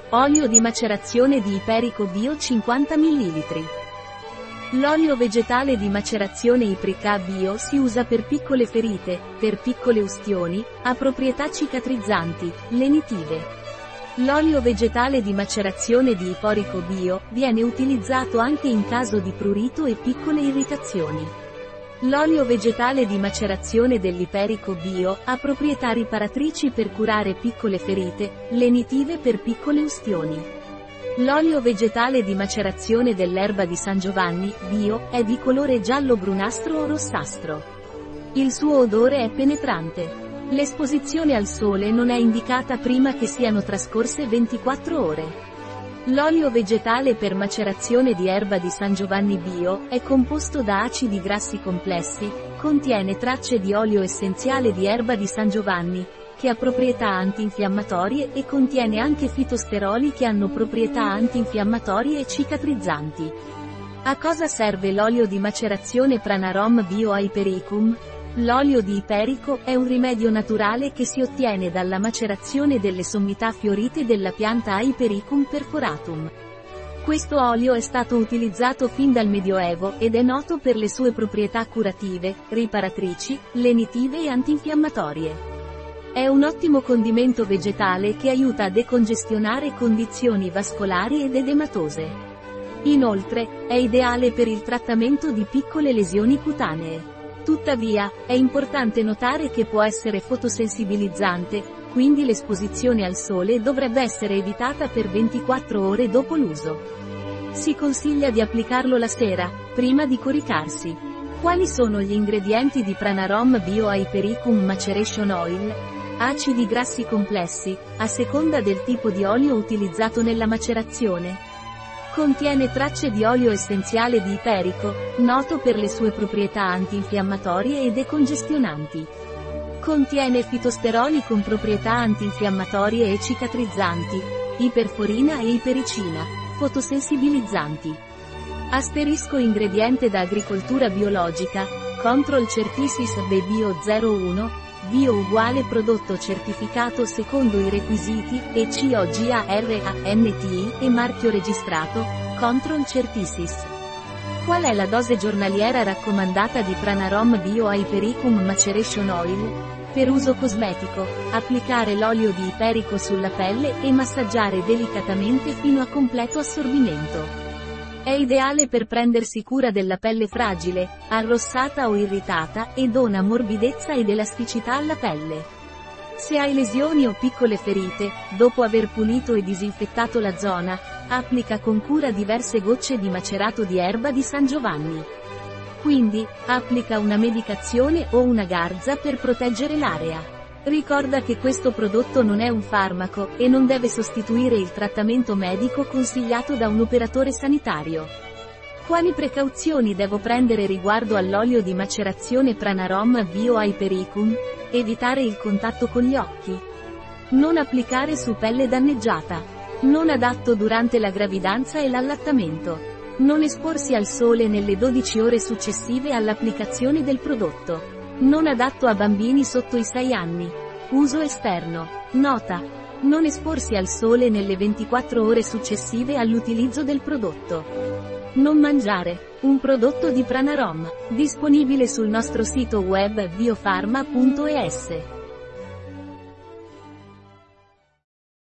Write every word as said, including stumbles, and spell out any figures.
Olio di macerazione di iperico bio cinquanta millilitri. L'olio vegetale di macerazione iprica bio si usa per piccole ferite, per piccole ustioni, ha proprietà cicatrizzanti, lenitive. L'olio vegetale di macerazione di iporico bio viene utilizzato anche in caso di prurito e piccole irritazioni. L'olio vegetale di macerazione dell'iperico bio ha proprietà riparatrici per curare piccole ferite, lenitive per piccole ustioni. L'olio vegetale di macerazione dell'erba di San Giovanni, bio, è di colore giallo-brunastro o rossastro. Il suo odore è penetrante. L'esposizione al sole non è indicata prima che siano trascorse ventiquattro ore. L'olio vegetale per macerazione di erba di San Giovanni bio è composto da acidi grassi complessi, contiene tracce di olio essenziale di erba di San Giovanni, che ha proprietà antinfiammatorie e contiene anche fitosteroli che hanno proprietà antinfiammatorie e cicatrizzanti. A cosa serve l'olio di macerazione Pranarom Bio Hypericum? L'olio di iperico è un rimedio naturale che si ottiene dalla macerazione delle sommità fiorite della pianta Hypericum perforatum. Questo olio è stato utilizzato fin dal Medioevo ed è noto per le sue proprietà curative, riparatrici, lenitive e antinfiammatorie. È un ottimo condimento vegetale che aiuta a decongestionare condizioni vascolari ed edematose. Inoltre, è ideale per il trattamento di piccole lesioni cutanee. Tuttavia, è importante notare che può essere fotosensibilizzante, quindi l'esposizione al sole dovrebbe essere evitata per ventiquattro ore dopo l'uso. Si consiglia di applicarlo la sera, prima di coricarsi. Quali sono gli ingredienti di Pranarom Bio Hypericum Maceration Oil? Acidi grassi complessi, a seconda del tipo di olio utilizzato nella macerazione. Contiene tracce di olio essenziale di iperico, noto per le sue proprietà antinfiammatorie e decongestionanti. Contiene fitosteroli con proprietà antinfiammatorie e cicatrizzanti, iperforina e ipericina, fotosensibilizzanti. Asterisco ingrediente da agricoltura biologica, Control Certisis B Bio zero uno, bio uguale prodotto certificato secondo i requisiti, E C O G A R A N T I, e marchio registrato, Control Certisis. Qual è la dose giornaliera raccomandata di Pranarom Bio Hypericum Maceration Oil? Per uso cosmetico, applicare l'olio di iperico sulla pelle e massaggiare delicatamente fino a completo assorbimento. È ideale per prendersi cura della pelle fragile, arrossata o irritata, e dona morbidezza ed elasticità alla pelle. Se hai lesioni o piccole ferite, dopo aver pulito e disinfettato la zona, applica con cura diverse gocce di macerato di erba di San Giovanni. Quindi, applica una medicazione o una garza per proteggere l'area. Ricorda che questo prodotto non è un farmaco, e non deve sostituire il trattamento medico consigliato da un operatore sanitario. Quali precauzioni devo prendere riguardo all'olio di macerazione Pranarom Bio Hypericum? Evitare il contatto con gli occhi. Non applicare su pelle danneggiata. Non adatto durante la gravidanza e l'allattamento. Non esporsi al sole nelle dodici ore successive all'applicazione del prodotto. Non adatto a bambini sotto i sei anni. Uso esterno. Nota. Non esporsi al sole nelle ventiquattro ore successive all'utilizzo del prodotto. Non mangiare. Un prodotto di Pranarom. Disponibile sul nostro sito web biofarma punto es.